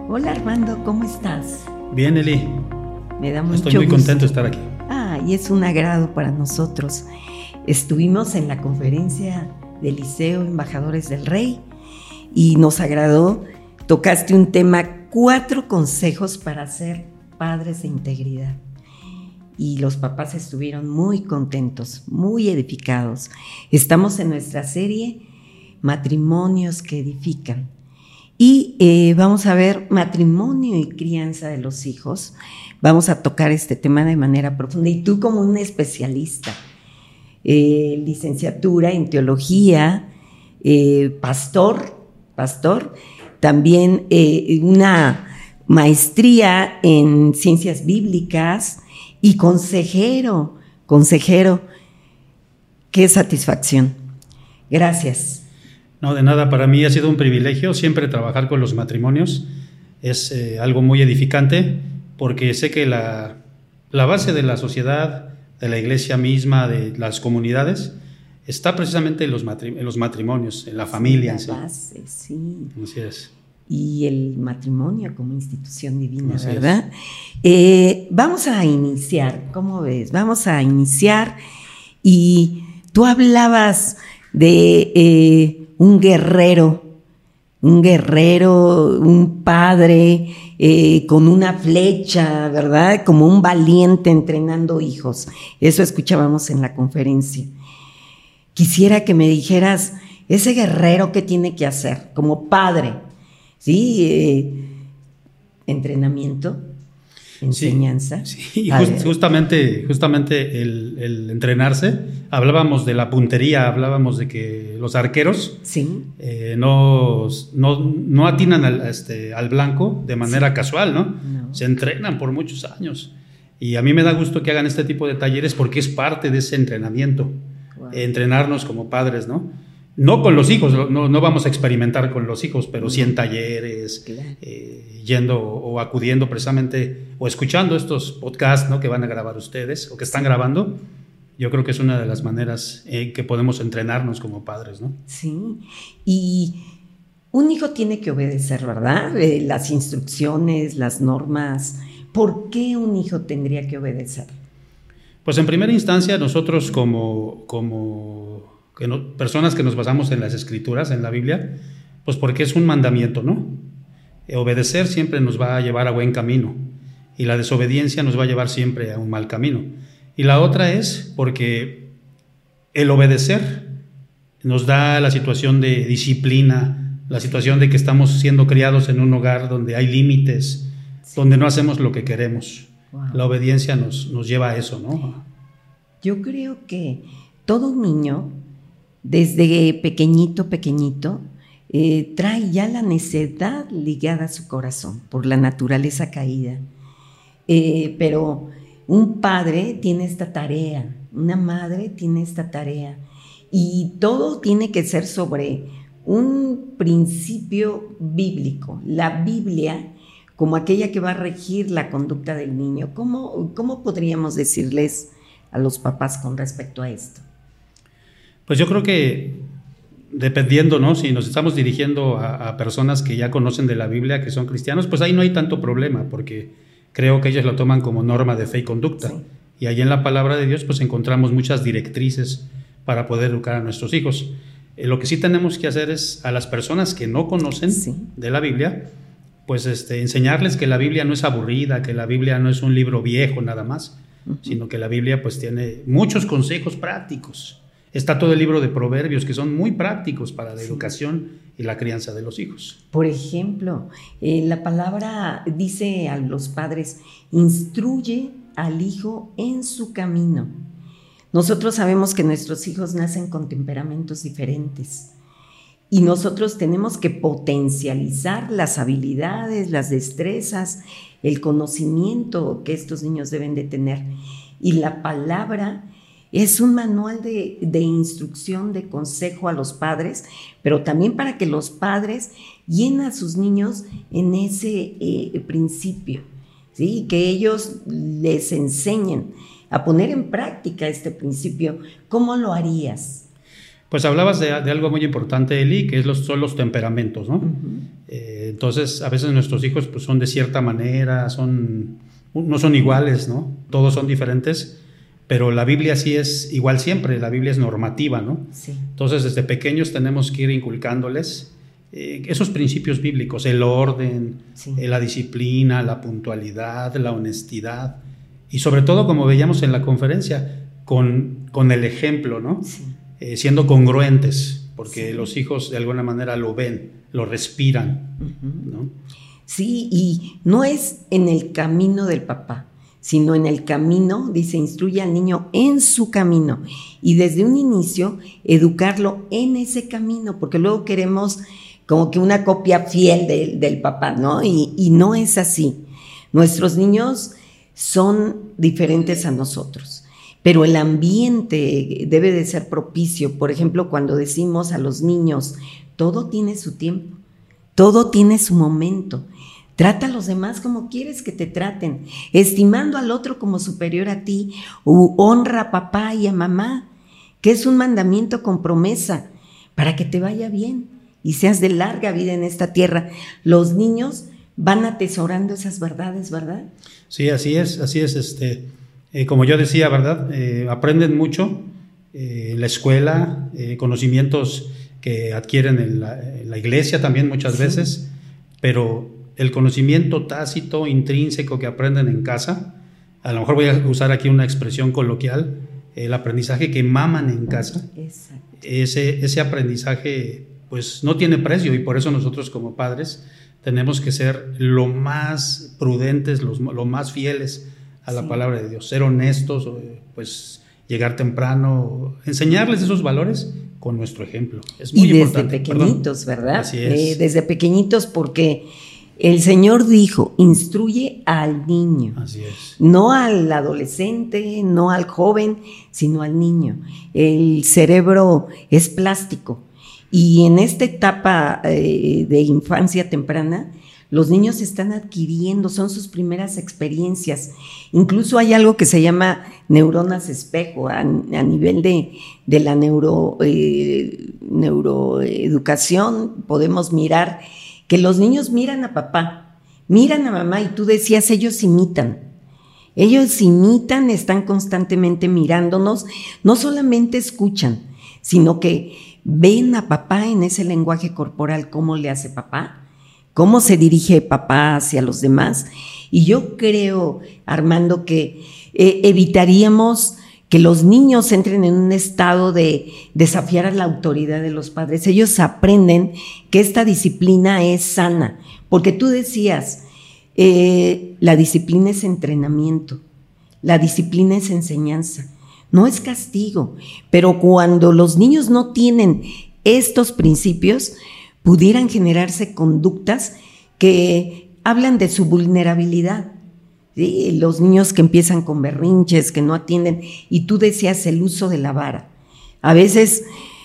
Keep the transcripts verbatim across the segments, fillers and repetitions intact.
Hola Armando, ¿cómo estás? Bien, Eli. Me da mucho Estoy muy gusto. contento de estar aquí. Ah, y es un agrado para nosotros. Estuvimos en la conferencia del Liceo Embajadores del Rey y nos agradó. Tocaste un tema, cuatro consejos para ser padres de integridad. Y los papás estuvieron muy contentos, muy edificados. Estamos en nuestra serie Matrimonios que Edifican. Y eh, vamos a ver matrimonio y crianza de los hijos. Vamos a tocar este tema de manera profunda. Y tú, como un especialista, eh, licenciatura en teología, eh, pastor, pastor, también eh, una maestría en ciencias bíblicas y consejero, consejero. Qué satisfacción. Gracias. No, de nada, para mí ha sido un privilegio siempre trabajar con los matrimonios. Es eh, algo muy edificante porque sé que la, la base de la sociedad, de la iglesia misma, de las comunidades, está precisamente en los, matri- en los matrimonios, en la familia. Sí, la en base, sí. sí. Así es. Y el matrimonio como institución divina, Así ¿verdad? Eh, vamos a iniciar, ¿cómo ves? Vamos a iniciar y tú hablabas de eh, un guerrero, un guerrero, un padre eh, con una flecha, ¿verdad? Como un valiente entrenando hijos. Eso escuchábamos en la conferencia. Quisiera que me dijeras, ese guerrero, ¿qué tiene que hacer como padre? ¿Sí? Eh, entrenamiento, enseñanza. Sí, sí. Just, justamente, justamente el, el entrenarse, hablábamos de la puntería, hablábamos de que los arqueros sí. eh, no, no, no atinan al, este, al blanco de manera sí. casual, ¿no? ¿no? Se entrenan por muchos años. Y a mí me da gusto que hagan este tipo de talleres porque es parte de ese entrenamiento, wow. eh, entrenarnos como padres, ¿no? No con los hijos, no, no vamos a experimentar con los hijos, pero sí en talleres, claro. eh, yendo o acudiendo precisamente o escuchando estos podcasts, ¿no? que van a grabar ustedes o que están grabando. Yo creo que es una de las maneras en que podemos entrenarnos como padres, ¿no? Sí, y un hijo tiene que obedecer, ¿verdad? Eh, las instrucciones, las normas. ¿Por qué un hijo tendría que obedecer? Pues en primera instancia nosotros como... como Que no, personas que nos basamos en las escrituras, en la Biblia, pues porque es un mandamiento, ¿no? Obedecer siempre nos va a llevar a buen camino y la desobediencia nos va a llevar siempre a un mal camino. Y la otra es porque el obedecer nos da la situación de disciplina, la situación de que estamos siendo criados en un hogar donde hay límites, sí. donde no hacemos lo que queremos. Wow. La obediencia nos, nos lleva a eso, ¿no? Yo creo que todo niño, desde pequeñito, pequeñito, eh, trae ya la necedad ligada a su corazón por la naturaleza caída. Eh, pero un padre tiene esta tarea, una madre tiene esta tarea, y todo tiene que ser sobre un principio bíblico, la Biblia como aquella que va a regir la conducta del niño. ¿Cómo, cómo podríamos decirles a los papás con respecto a esto? Pues yo creo que dependiendo, ¿no? Si nos estamos dirigiendo a, a personas que ya conocen de la Biblia, que son cristianos, pues ahí no hay tanto problema, porque creo que ellos lo toman como norma de fe y conducta. Sí. Y ahí en la palabra de Dios pues encontramos muchas directrices para poder educar a nuestros hijos. Eh, lo que sí tenemos que hacer es a las personas que no conocen sí. de la Biblia, pues este, enseñarles que la Biblia no es aburrida, que la Biblia no es un libro viejo nada más, uh-huh. sino que la Biblia pues tiene muchos consejos prácticos. Está todo el libro de Proverbios, que son muy prácticos para la sí. educación y la crianza de los hijos. Por ejemplo, eh, la palabra dice a los padres, instruye al hijo en su camino. Nosotros sabemos que nuestros hijos nacen con temperamentos diferentes y nosotros tenemos que potencializar las habilidades, las destrezas, el conocimiento que estos niños deben de tener. Y la palabra es un manual de, de instrucción, de consejo a los padres, pero también para que los padres guíen a sus niños en ese eh, principio, ¿sí? Que ellos les enseñen a poner en práctica este principio. ¿Cómo lo harías? Pues hablabas de, de algo muy importante, Eli, que es los, son los temperamentos, ¿no? Uh-huh. Eh, entonces, a veces nuestros hijos pues, son de cierta manera, son, no son iguales, ¿no? Todos son diferentes, pero la Biblia sí es igual siempre, la Biblia es normativa, ¿no? Sí. Entonces, desde pequeños tenemos que ir inculcándoles eh, esos principios bíblicos, el orden, sí. eh, la disciplina, la puntualidad, la honestidad, y sobre todo, como veíamos en la conferencia, con, con el ejemplo, ¿no? Sí. Eh, siendo congruentes, porque sí. los hijos de alguna manera lo ven, lo respiran, uh-huh. ¿no? Sí, y no es en el camino del papá, sino en el camino, dice, instruye al niño en su camino, y desde un inicio educarlo en ese camino, porque luego queremos como que una copia fiel de, del papá, ¿no? Y, y no es así. Nuestros niños son diferentes a nosotros, pero el ambiente debe de ser propicio. Por ejemplo, cuando decimos a los niños, todo tiene su tiempo, todo tiene su momento. Trata a los demás como quieres que te traten, estimando al otro como superior a ti, u honra a papá y a mamá, que es un mandamiento con promesa, para que te vaya bien y seas de larga vida en esta tierra. Los niños van atesorando esas verdades, ¿verdad? Sí, así es, así es. Este, eh, como yo decía, ¿verdad? Eh, aprenden mucho eh, en la escuela, eh, conocimientos que adquieren en la, en la iglesia también muchas sí. veces, pero el conocimiento tácito, intrínseco que aprenden en casa, a lo mejor voy a usar aquí una expresión coloquial, el aprendizaje que maman en casa, Exacto. ese, ese aprendizaje pues no tiene precio, y por eso nosotros como padres tenemos que ser lo más prudentes, los, lo más fieles a la sí. palabra de Dios, ser honestos, pues llegar temprano, enseñarles esos valores con nuestro ejemplo. Es muy y desde importante. pequeñitos, Perdón. ¿verdad? Así es. Eh, desde pequeñitos, porque el Señor dijo, instruye al niño. Así es. No al adolescente, no al joven, sino al niño. El cerebro es plástico, y en esta etapa eh, de infancia temprana, los niños están adquiriendo, son sus primeras experiencias. Incluso hay algo que se llama neuronas espejo, a, a nivel de, de la neuro, eh, neuroeducación. Podemos mirar que los niños miran a papá, miran a mamá, y tú decías, ellos imitan. Ellos imitan, están constantemente mirándonos, no solamente escuchan, sino que ven a papá en ese lenguaje corporal, cómo le hace papá, cómo se dirige papá hacia los demás. Y yo creo, Armando, que eh, evitaríamos que los niños entren en un estado de desafiar a la autoridad de los padres. Ellos aprenden que esta disciplina es sana, porque tú decías, eh, la disciplina es entrenamiento, la disciplina es enseñanza, no es castigo. Pero cuando los niños no tienen estos principios, pudieran generarse conductas que hablan de su vulnerabilidad. ¿Sí? Los niños que empiezan con berrinches, que no atienden, y tú decías el uso de la vara. A veces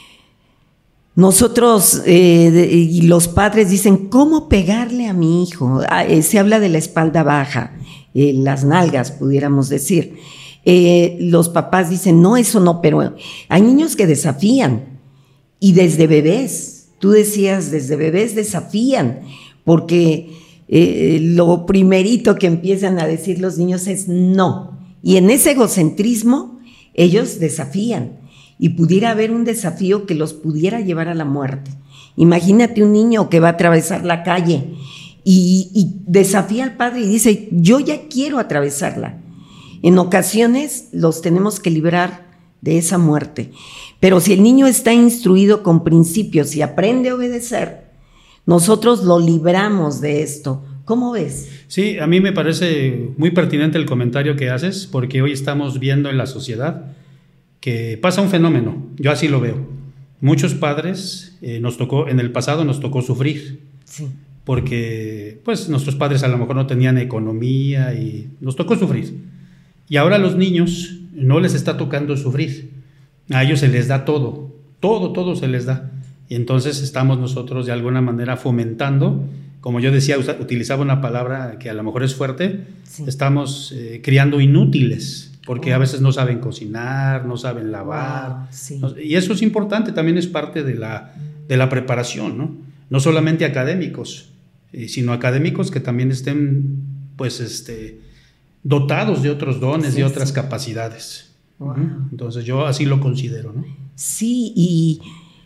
nosotros eh, de, y los padres dicen, ¿cómo pegarle a mi hijo? Ah, eh, se habla de la espalda baja, eh, las nalgas, pudiéramos decir. Eh, los papás dicen, no, eso no, pero hay niños que desafían, y desde bebés, tú decías, desde bebés desafían, porque eh, lo primerito que empiezan a decir los niños es no, y en ese egocentrismo ellos desafían, y pudiera haber un desafío que los pudiera llevar a la muerte. Imagínate un niño que va a atravesar la calle y, y desafía al padre y dice, yo ya quiero atravesarla. En ocasiones los tenemos que librar de esa muerte, pero si el niño está instruido con principios y aprende a obedecer, nosotros lo libramos de esto. ¿Cómo ves? Sí, a mí me parece muy pertinente el comentario que haces, porque hoy estamos viendo en la sociedad que pasa un fenómeno, yo así lo veo. Muchos padres, eh, nos tocó, en el pasado nos tocó sufrir, sí. porque pues nuestros padres a lo mejor no tenían economía y nos tocó sufrir. Y ahora a los niños no les está tocando sufrir, a ellos se les da todo, todo, todo se les da. Y entonces estamos nosotros de alguna manera fomentando, como yo decía, utilizaba una palabra que a lo mejor es fuerte, sí. estamos eh, criando inútiles, porque oh. a veces no saben cocinar, no saben lavar, wow, sí. no, y eso es importante, también es parte de la, de la preparación, ¿no? No solamente académicos, eh, sino académicos que también estén, pues, este, dotados de otros dones, sí, de otras sí. capacidades. Wow. Entonces yo así lo considero, ¿no? Sí, y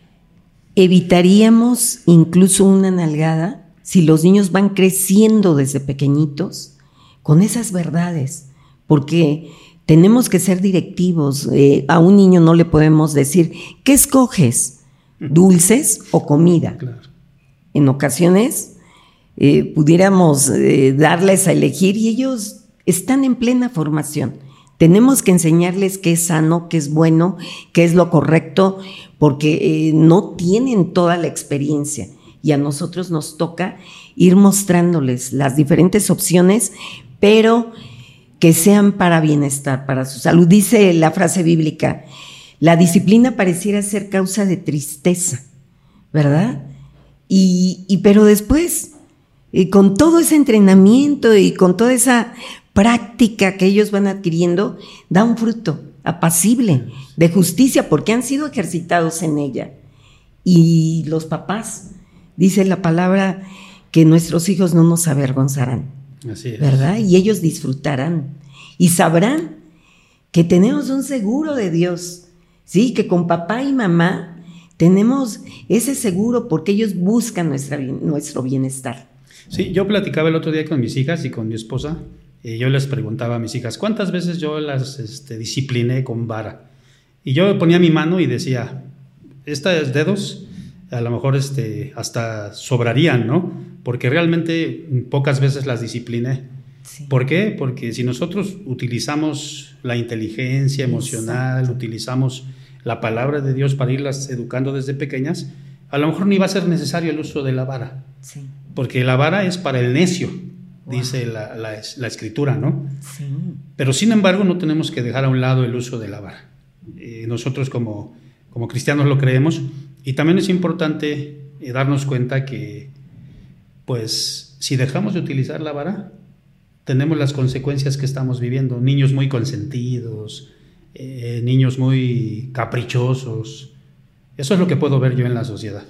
evitaríamos incluso una nalgada si los niños van creciendo desde pequeñitos con esas verdades, porque tenemos que ser directivos. Eh, a un niño no le podemos decir, ¿qué escoges? ¿Dulces o comida? Claro. En ocasiones eh, pudiéramos eh, darles a elegir y ellos están en plena formación. Tenemos que enseñarles qué es sano, qué es bueno, qué es lo correcto, porque eh, no tienen toda la experiencia y a nosotros nos toca ir mostrándoles las diferentes opciones, pero que sean para bienestar, para su salud. Dice la frase bíblica, la disciplina pareciera ser causa de tristeza, ¿verdad? Y, y pero después, y con todo ese entrenamiento y con toda esa práctica que ellos van adquiriendo, da un fruto apacible de justicia porque han sido ejercitados en ella. Y los papás, dice la palabra, que nuestros hijos no nos avergonzarán. Así es. ¿Verdad? Y ellos disfrutarán y sabrán que tenemos un seguro de Dios, ¿sí? Que con papá y mamá tenemos ese seguro porque ellos buscan nuestra, nuestro bienestar. Sí, yo platicaba el otro día con mis hijas y con mi esposa, y yo les preguntaba a mis hijas, ¿cuántas veces yo las este, discipliné con vara? Y yo ponía mi mano y decía, estos dedos a lo mejor este, hasta sobrarían, ¿no? Porque realmente pocas veces las discipliné. Sí. ¿Por qué? Porque si nosotros utilizamos la inteligencia emocional, exacto, utilizamos la palabra de Dios para irlas educando desde pequeñas, a lo mejor ni va a ser necesario el uso de la vara. Sí. Porque la vara es para el necio, wow, dice la, la, la escritura, ¿no? Sí. Pero sin embargo no tenemos que dejar a un lado el uso de la vara. Eh, nosotros como, como cristianos lo creemos, y también es importante eh, darnos cuenta que pues si dejamos de utilizar la vara, tenemos las consecuencias que estamos viviendo. Niños muy consentidos, eh, niños muy caprichosos. Eso es lo que puedo ver yo en la sociedad.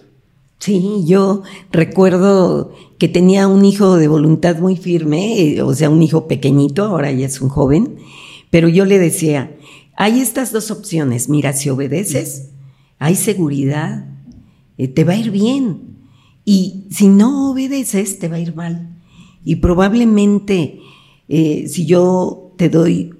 Sí, yo recuerdo que tenía un hijo de voluntad muy firme, eh, o sea, un hijo pequeñito, ahora ya es un joven, pero yo le decía, hay estas dos opciones, mira, si obedeces, hay seguridad, eh, te va a ir bien. Y si no obedeces, te va a ir mal. Y probablemente, eh, si yo te doy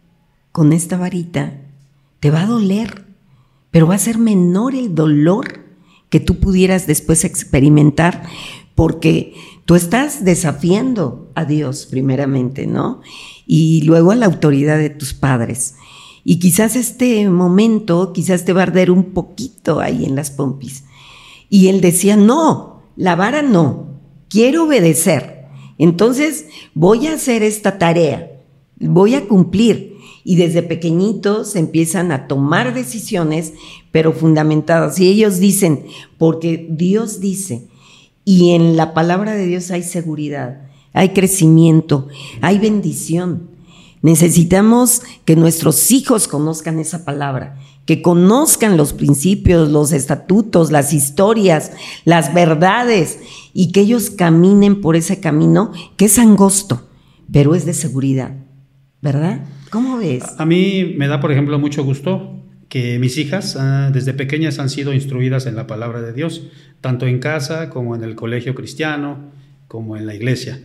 con esta varita, te va a doler, pero va a ser menor el dolor que tú pudieras después experimentar, porque tú estás desafiando a Dios primeramente, ¿no? Y luego a la autoridad de tus padres. Y quizás este momento, quizás te va a arder un poquito ahí en las pompis. Y él decía, no, la vara no, quiero obedecer. Entonces voy a hacer esta tarea, voy a cumplir. Y desde pequeñitos empiezan a tomar decisiones, pero fundamentadas. Y ellos dicen, porque Dios dice, y en la palabra de Dios hay seguridad, hay crecimiento, hay bendición. Necesitamos que nuestros hijos conozcan esa palabra, que conozcan los principios, los estatutos, las historias, las verdades, y que ellos caminen por ese camino que es angosto, pero es de seguridad, ¿verdad? ¿Cómo ves? A mí me da, por ejemplo, mucho gusto que mis hijas uh, desde pequeñas han sido instruidas en la palabra de Dios, tanto en casa como en el colegio cristiano, como en la iglesia.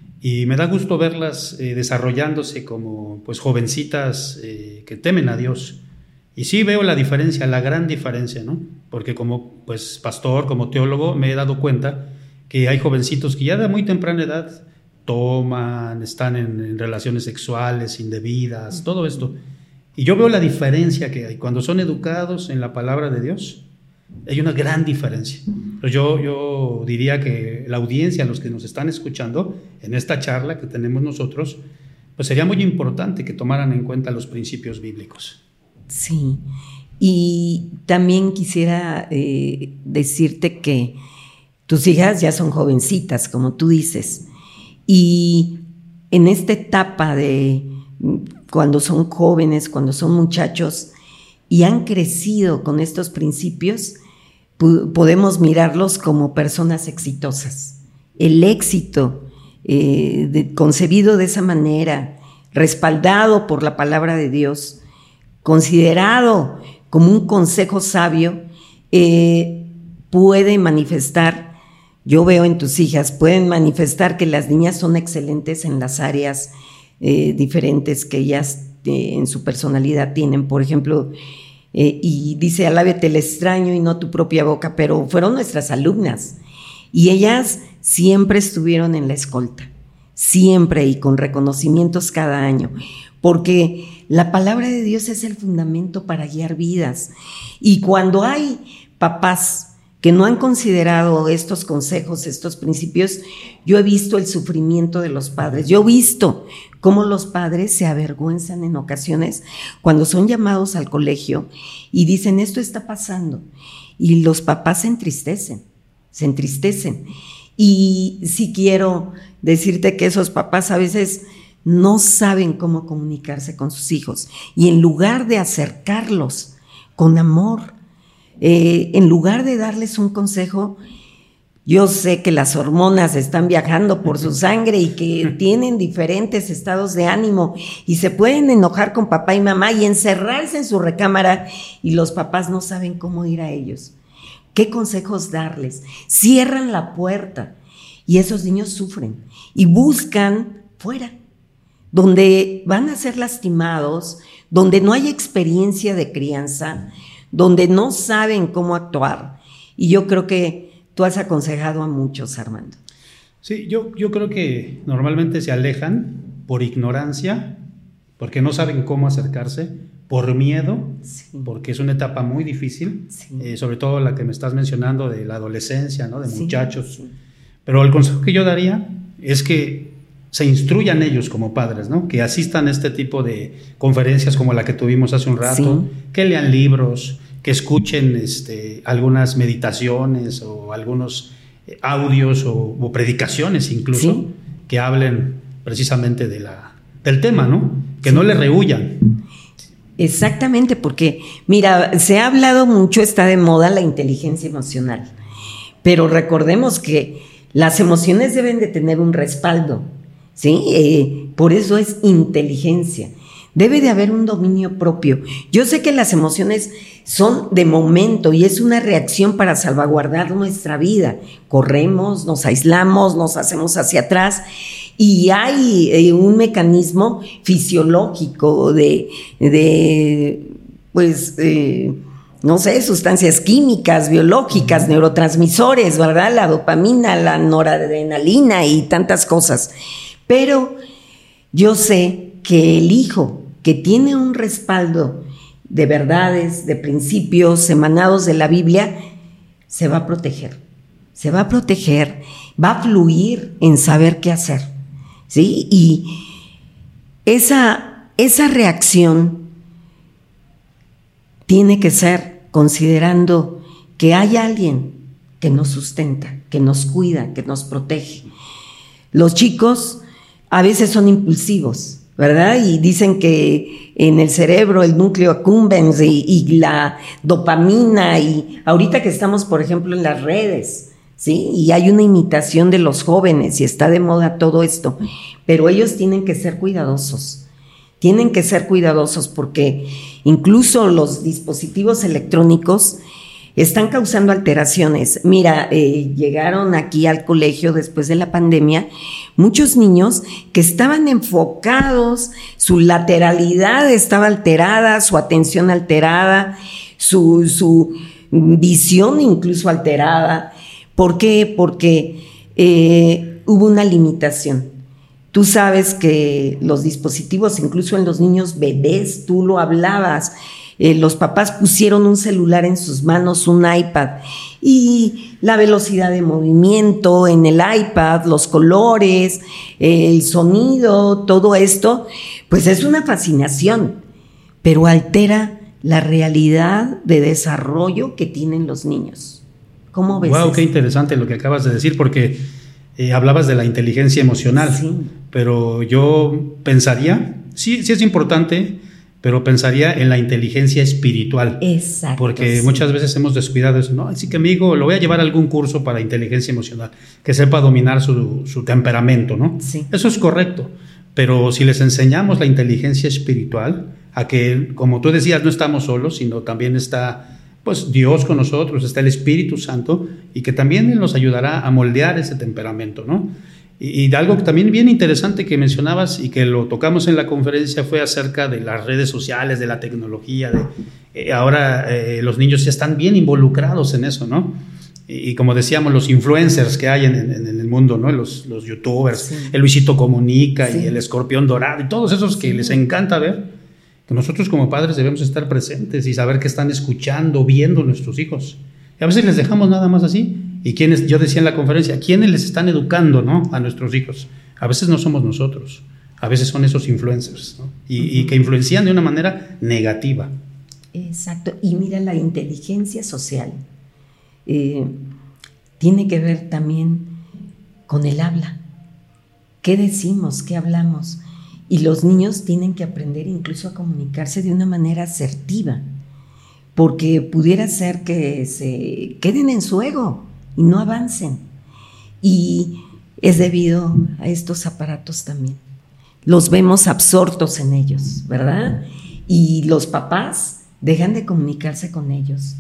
Y me da gusto verlas eh, desarrollándose como pues jovencitas eh, que temen a Dios. Y sí veo la diferencia, la gran diferencia, ¿no? Porque como pues pastor, como teólogo, me he dado cuenta que hay jovencitos que ya de muy temprana edad toman, están en, en relaciones sexuales indebidas, todo esto. Y yo veo la diferencia que hay. Cuando son educados en la palabra de Dios, hay una gran diferencia. Yo, yo diría que la audiencia, los que nos están escuchando en esta charla que tenemos nosotros, pues sería muy importante que tomaran en cuenta los principios bíblicos. Sí, y también quisiera eh, decirte que tus hijas ya son jovencitas, como tú dices, y en esta etapa de cuando son jóvenes, cuando son muchachos y han crecido con estos principios, podemos mirarlos como personas exitosas el éxito eh, de, concebido de esa manera, respaldado por la palabra de Dios, considerado como un consejo sabio, eh, puede manifestar, yo veo en tus hijas, pueden manifestar que las niñas son excelentes en las áreas eh, diferentes que ellas eh, en su personalidad tienen. Por ejemplo, eh, y dice, alábete el extraño y no tu propia boca, pero fueron nuestras alumnas y ellas siempre estuvieron en la escolta, siempre, y con reconocimientos cada año, porque la palabra de Dios es el fundamento para guiar vidas. Y cuando hay papás que no han considerado estos consejos, estos principios, yo he visto el sufrimiento de los padres. Yo he visto cómo los padres se avergüenzan en ocasiones cuando son llamados al colegio y dicen, esto está pasando. Y los papás se entristecen, se entristecen. Y sí quiero decirte que esos papás a veces no saben cómo comunicarse con sus hijos. Y en lugar de acercarlos con amor, eh, en lugar de darles un consejo, yo sé que las hormonas están viajando por su sangre y que tienen diferentes estados de ánimo y se pueden enojar con papá y mamá y encerrarse en su recámara y los papás no saben cómo ir a ellos. ¿Qué consejos darles? Cierran la puerta y esos niños sufren y buscan fuera, donde van a ser lastimados, donde no hay experiencia de crianza, donde no saben cómo actuar. Y yo creo que tú has aconsejado a muchos, Armando. Sí, yo, yo creo que normalmente se alejan por ignorancia, porque no saben cómo acercarse, por miedo, sí. Porque es una etapa muy difícil, sí. eh, sobre todo la que me estás mencionando de la adolescencia, ¿no? De sí, muchachos. Sí. Pero el consejo que yo daría es que se instruyan ellos como padres, ¿no? Que asistan a este tipo de conferencias como la que tuvimos hace un rato, sí. Que lean libros, que escuchen este, algunas meditaciones o algunos audios o, o predicaciones incluso, sí. Que hablen precisamente de la, del tema, ¿no? Que sí. No le rehuyan. Exactamente, porque mira, se ha hablado mucho, está de moda la inteligencia emocional, pero recordemos que las emociones deben de tener un respaldo, ¿sí? Eh, por eso es inteligencia. Debe de haber un dominio propio. Yo sé que las emociones son de momento y es una reacción para salvaguardar nuestra vida. Corremos, nos aislamos, nos hacemos hacia atrás y hay eh, un mecanismo fisiológico de, de pues, eh, no sé, sustancias químicas, biológicas, neurotransmisores, ¿verdad? La dopamina, la noradrenalina y tantas cosas. Pero yo sé que el hijo que tiene un respaldo de verdades, de principios emanados de la Biblia, se va a proteger, se va a proteger, va a fluir en saber qué hacer, ¿sí? Y esa, esa reacción tiene que ser considerando que hay alguien que nos sustenta, que nos cuida, que nos protege. Los chicos a veces son impulsivos, ¿verdad? Y dicen que en el cerebro el núcleo accumbens y, y la dopamina, y ahorita que estamos, por ejemplo, en las redes, ¿sí? Y hay una imitación de los jóvenes y está de moda todo esto, pero ellos tienen que ser cuidadosos, tienen que ser cuidadosos porque incluso los dispositivos electrónicos están causando alteraciones. Mira, eh, llegaron aquí al colegio después de la pandemia muchos niños que estaban enfocados, su lateralidad estaba alterada, su atención alterada, su, su visión incluso alterada. ¿Por qué? Porque eh, hubo una limitación. Tú sabes que los dispositivos, incluso en los niños bebés, tú lo hablabas, Eh, los papás pusieron un celular en sus manos, un iPad, y la velocidad de movimiento en el iPad, los colores, el sonido, todo esto, pues es una fascinación, pero altera la realidad de desarrollo que tienen los niños. ¿Cómo ves? Wow, qué interesante lo que acabas de decir, porque eh, hablabas de la inteligencia emocional, sí. Pero yo pensaría, sí, sí es importante pero pensaría en la inteligencia espiritual. Exacto. Porque sí. muchas veces hemos descuidado eso, ¿no? Así que mi hijo lo voy a llevar a algún curso para inteligencia emocional, que sepa dominar su, su temperamento, ¿no? Sí. Eso es correcto, pero si les enseñamos la inteligencia espiritual, a que, como tú decías, no estamos solos, sino también está, pues, Dios con nosotros, está el Espíritu Santo, y que también Él nos ayudará a moldear ese temperamento, ¿no? Y, y algo también bien interesante que mencionabas y que lo tocamos en la conferencia fue acerca de las redes sociales, de la tecnología. De, eh, ahora eh, los niños ya están bien involucrados en eso, ¿no? Y, y como decíamos, los influencers que hay en, en, en el mundo, ¿no? Los, los youtubers, sí. El Luisito Comunica sí. y el Escorpión Dorado y todos esos que sí. les encanta ver, que nosotros como padres debemos estar presentes y saber que están escuchando, viendo nuestros hijos. Y a veces les dejamos nada más así. Y quienes, yo decía en la conferencia, ¿quiénes les están educando, ¿no? a nuestros hijos? A veces no somos nosotros, a veces son esos influencers, ¿no? y, uh-huh. y que influencian de una manera negativa. Exacto, y mira, la inteligencia social eh, tiene que ver también con el habla. ¿Qué decimos? ¿Qué hablamos? Y los niños tienen que aprender incluso a comunicarse de una manera asertiva, porque pudiera ser que se queden en su ego y no avancen. Y es debido a estos aparatos también. Los vemos absortos en ellos, ¿verdad? Y los papás dejan de comunicarse con ellos.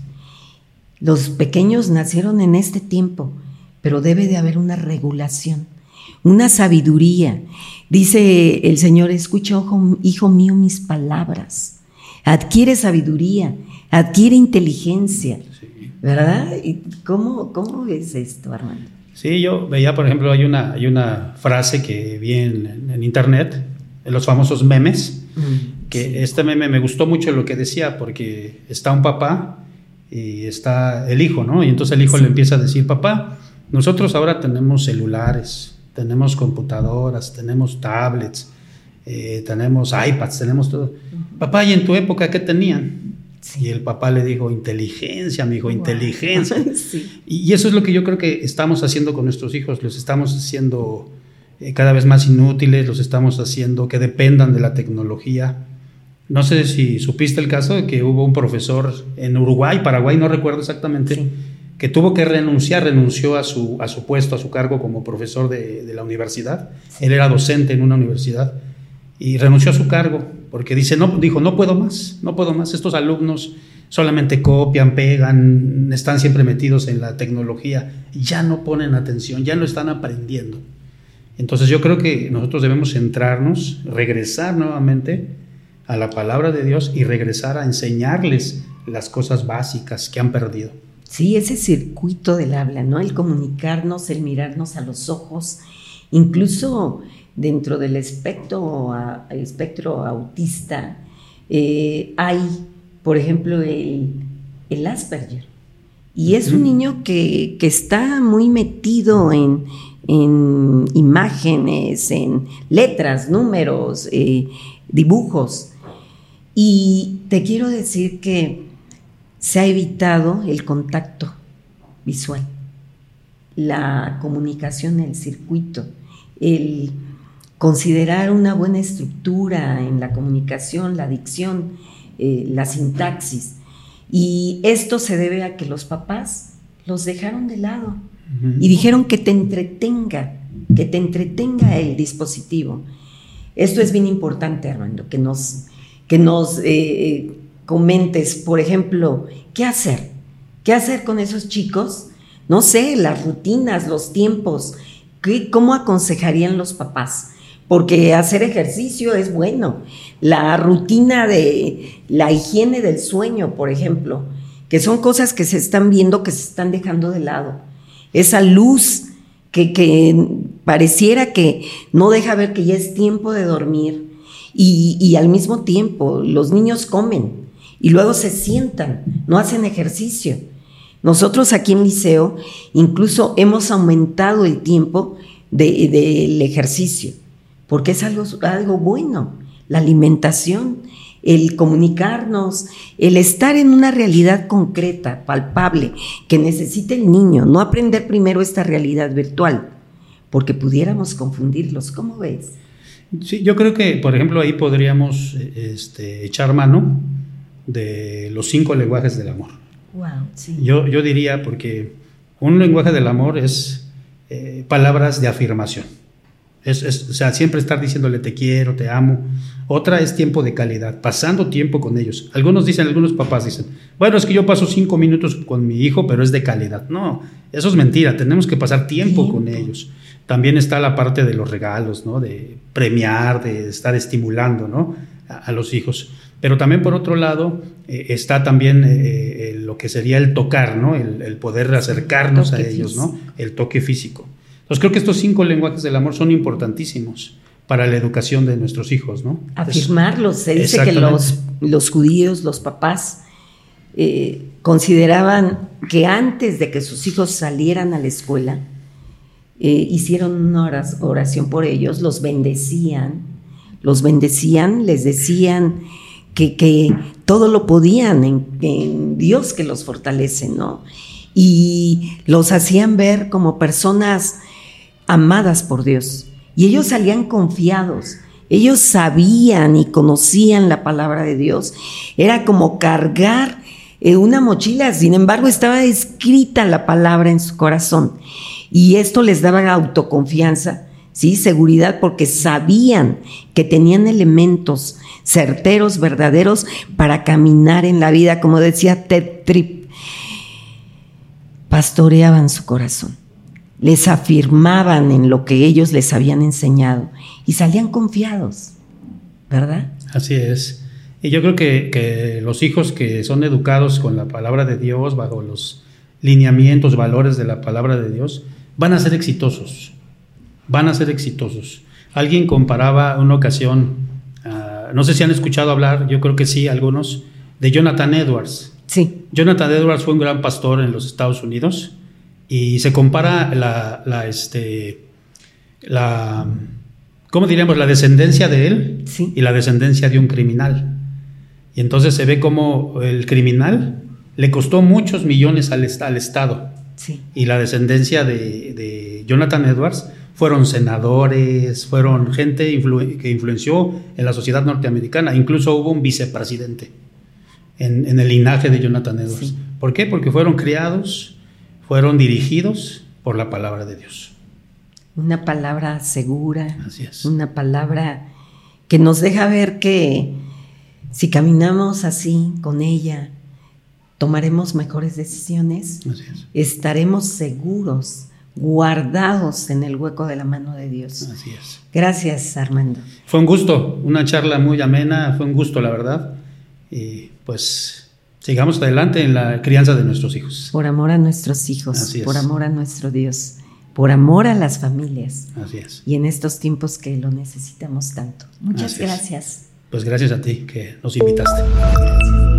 Los pequeños nacieron en este tiempo, pero debe de haber una regulación, una sabiduría. Dice el Señor, escucha, ojo, hijo mío, mis palabras. Adquiere sabiduría, adquiere inteligencia. ¿Verdad? ¿Y cómo, cómo es esto, Armando? Sí, yo veía, por ejemplo, hay una, hay una frase que vi en, en internet, en los famosos memes, mm, que sí. este meme me gustó mucho lo que decía, porque está un papá y está el hijo, ¿no? Y entonces el hijo sí. le empieza a decir, papá, nosotros ahora tenemos celulares, tenemos computadoras, tenemos tablets, eh, tenemos iPads, tenemos todo. Uh-huh. Papá, ¿y en tu época qué tenían? Sí. Y el papá le dijo, inteligencia, mi hijo, wow. inteligencia. Sí. Y, y eso es lo que yo creo que estamos haciendo con nuestros hijos, los estamos haciendo eh, cada vez más inútiles, los estamos haciendo que dependan de la tecnología. No sé si supiste el caso de que hubo un profesor en Uruguay, Paraguay, no recuerdo exactamente, sí. que tuvo que renunciar, renunció a su, a su puesto, a su cargo como profesor de, de la universidad. Sí. Él era docente en una universidad y renunció a su cargo porque dice, no, dijo, no puedo más, no puedo más. Estos alumnos solamente copian, pegan, están siempre metidos en la tecnología, ya no ponen atención, ya no están aprendiendo. Entonces yo creo que nosotros debemos centrarnos, regresar nuevamente a la palabra de Dios y regresar a enseñarles las cosas básicas que han perdido. Sí, ese circuito del habla, ¿no? El comunicarnos, el mirarnos a los ojos, incluso dentro del espectro, a, el espectro autista, eh, hay, por ejemplo, el, el Asperger. Y es un niño que, que está muy metido en, en imágenes, en letras, números, eh, dibujos. Y te quiero decir que se ha evitado el contacto visual, la comunicación, el circuito, el considerar una buena estructura en la comunicación, la dicción, eh, la sintaxis. Y esto se debe a que los papás los dejaron de lado uh-huh. y dijeron que te entretenga, que te entretenga el dispositivo. Esto es bien importante, Armando, que nos, que nos eh, comentes, por ejemplo, ¿qué hacer? ¿Qué hacer con esos chicos? No sé, las rutinas, los tiempos, ¿qué, ¿cómo aconsejarían los papás? Porque hacer ejercicio es bueno. La rutina de la higiene del sueño, por ejemplo, que son cosas que se están viendo, que se están dejando de lado. Esa luz que, que pareciera que no deja ver que ya es tiempo de dormir. Y, y al mismo tiempo, los niños comen y luego se sientan, no hacen ejercicio. Nosotros aquí en Liceo incluso hemos aumentado el tiempo de, del ejercicio, porque es algo, algo bueno, la alimentación, el comunicarnos, el estar en una realidad concreta, palpable, que necesita el niño, no aprender primero esta realidad virtual, porque pudiéramos confundirlos. ¿Cómo ves? Sí, yo creo que, por ejemplo, ahí podríamos este, echar mano de los cinco lenguajes del amor. Wow, sí. Yo, yo diría, porque un lenguaje del amor es eh, palabras de afirmación. Es, es, o sea, siempre estar diciéndole te quiero, te amo. Otra es tiempo de calidad, pasando tiempo con ellos. Algunos dicen, algunos papás dicen, bueno, es que yo paso cinco minutos con mi hijo, pero es de calidad. No, eso es mentira, tenemos que pasar tiempo, tiempo. con ellos. También está la parte de los regalos, ¿no? De premiar, de estar estimulando, ¿no? a, a los hijos. Pero también por otro lado eh, está también eh, eh, lo que sería el tocar, ¿no? El, el poder acercarnos a ellos, físico. ¿no? El toque físico. Entonces creo que estos cinco lenguajes del amor son importantísimos para la educación de nuestros hijos, ¿no? Afirmarlos. Se dice que los, los judíos, los papás, eh, consideraban que antes de que sus hijos salieran a la escuela, eh, hicieron una oración por ellos, los bendecían, los bendecían, les decían que, que todo lo podían en, en Dios que los fortalece, ¿no? Y los hacían ver como personas amadas por Dios. Y ellos salían confiados, ellos sabían y conocían la palabra de Dios. Era como cargar eh, una mochila, sin embargo estaba escrita la palabra en su corazón. Y esto les daba autoconfianza, ¿sí? Seguridad, porque sabían que tenían elementos certeros, verdaderos, para caminar en la vida. Como decía Ted Tripp, pastoreaban su corazón, les afirmaban en lo que ellos les habían enseñado y salían confiados, ¿verdad? Así es. Y yo creo que, que los hijos que son educados con la palabra de Dios, bajo los lineamientos, valores de la palabra de Dios, van a ser exitosos, van a ser exitosos. Alguien comparaba una ocasión, uh, no sé si han escuchado hablar, yo creo que sí, algunos, de Jonathan Edwards. Sí. Jonathan Edwards fue un gran pastor en los Estados Unidos y se compara la, la, este, la, ¿cómo diríamos? La descendencia de él, sí, y la descendencia de un criminal. Y entonces se ve como el criminal le costó muchos millones al, al Estado. Sí. Y la descendencia de, de Jonathan Edwards fueron senadores, fueron gente influ- que influenció en la sociedad norteamericana. Incluso hubo un vicepresidente En, en el linaje de Jonathan Edwards. Sí. ¿Por qué? Porque fueron criados, fueron dirigidos por la palabra de Dios. Una palabra segura. Así es. Una palabra que nos deja ver que si caminamos así con ella, tomaremos mejores decisiones. Así es. Estaremos seguros, guardados en el hueco de la mano de Dios. Así es. Gracias, Armando. Fue un gusto, una charla muy amena, fue un gusto, la verdad. Y pues sigamos adelante en la crianza de nuestros hijos. Por amor a nuestros hijos, Así es. Por amor a nuestro Dios, por amor a las familias. Así es. Y en estos tiempos que lo necesitamos tanto. Muchas Así gracias. Es. Pues gracias a ti que nos invitaste. Gracias.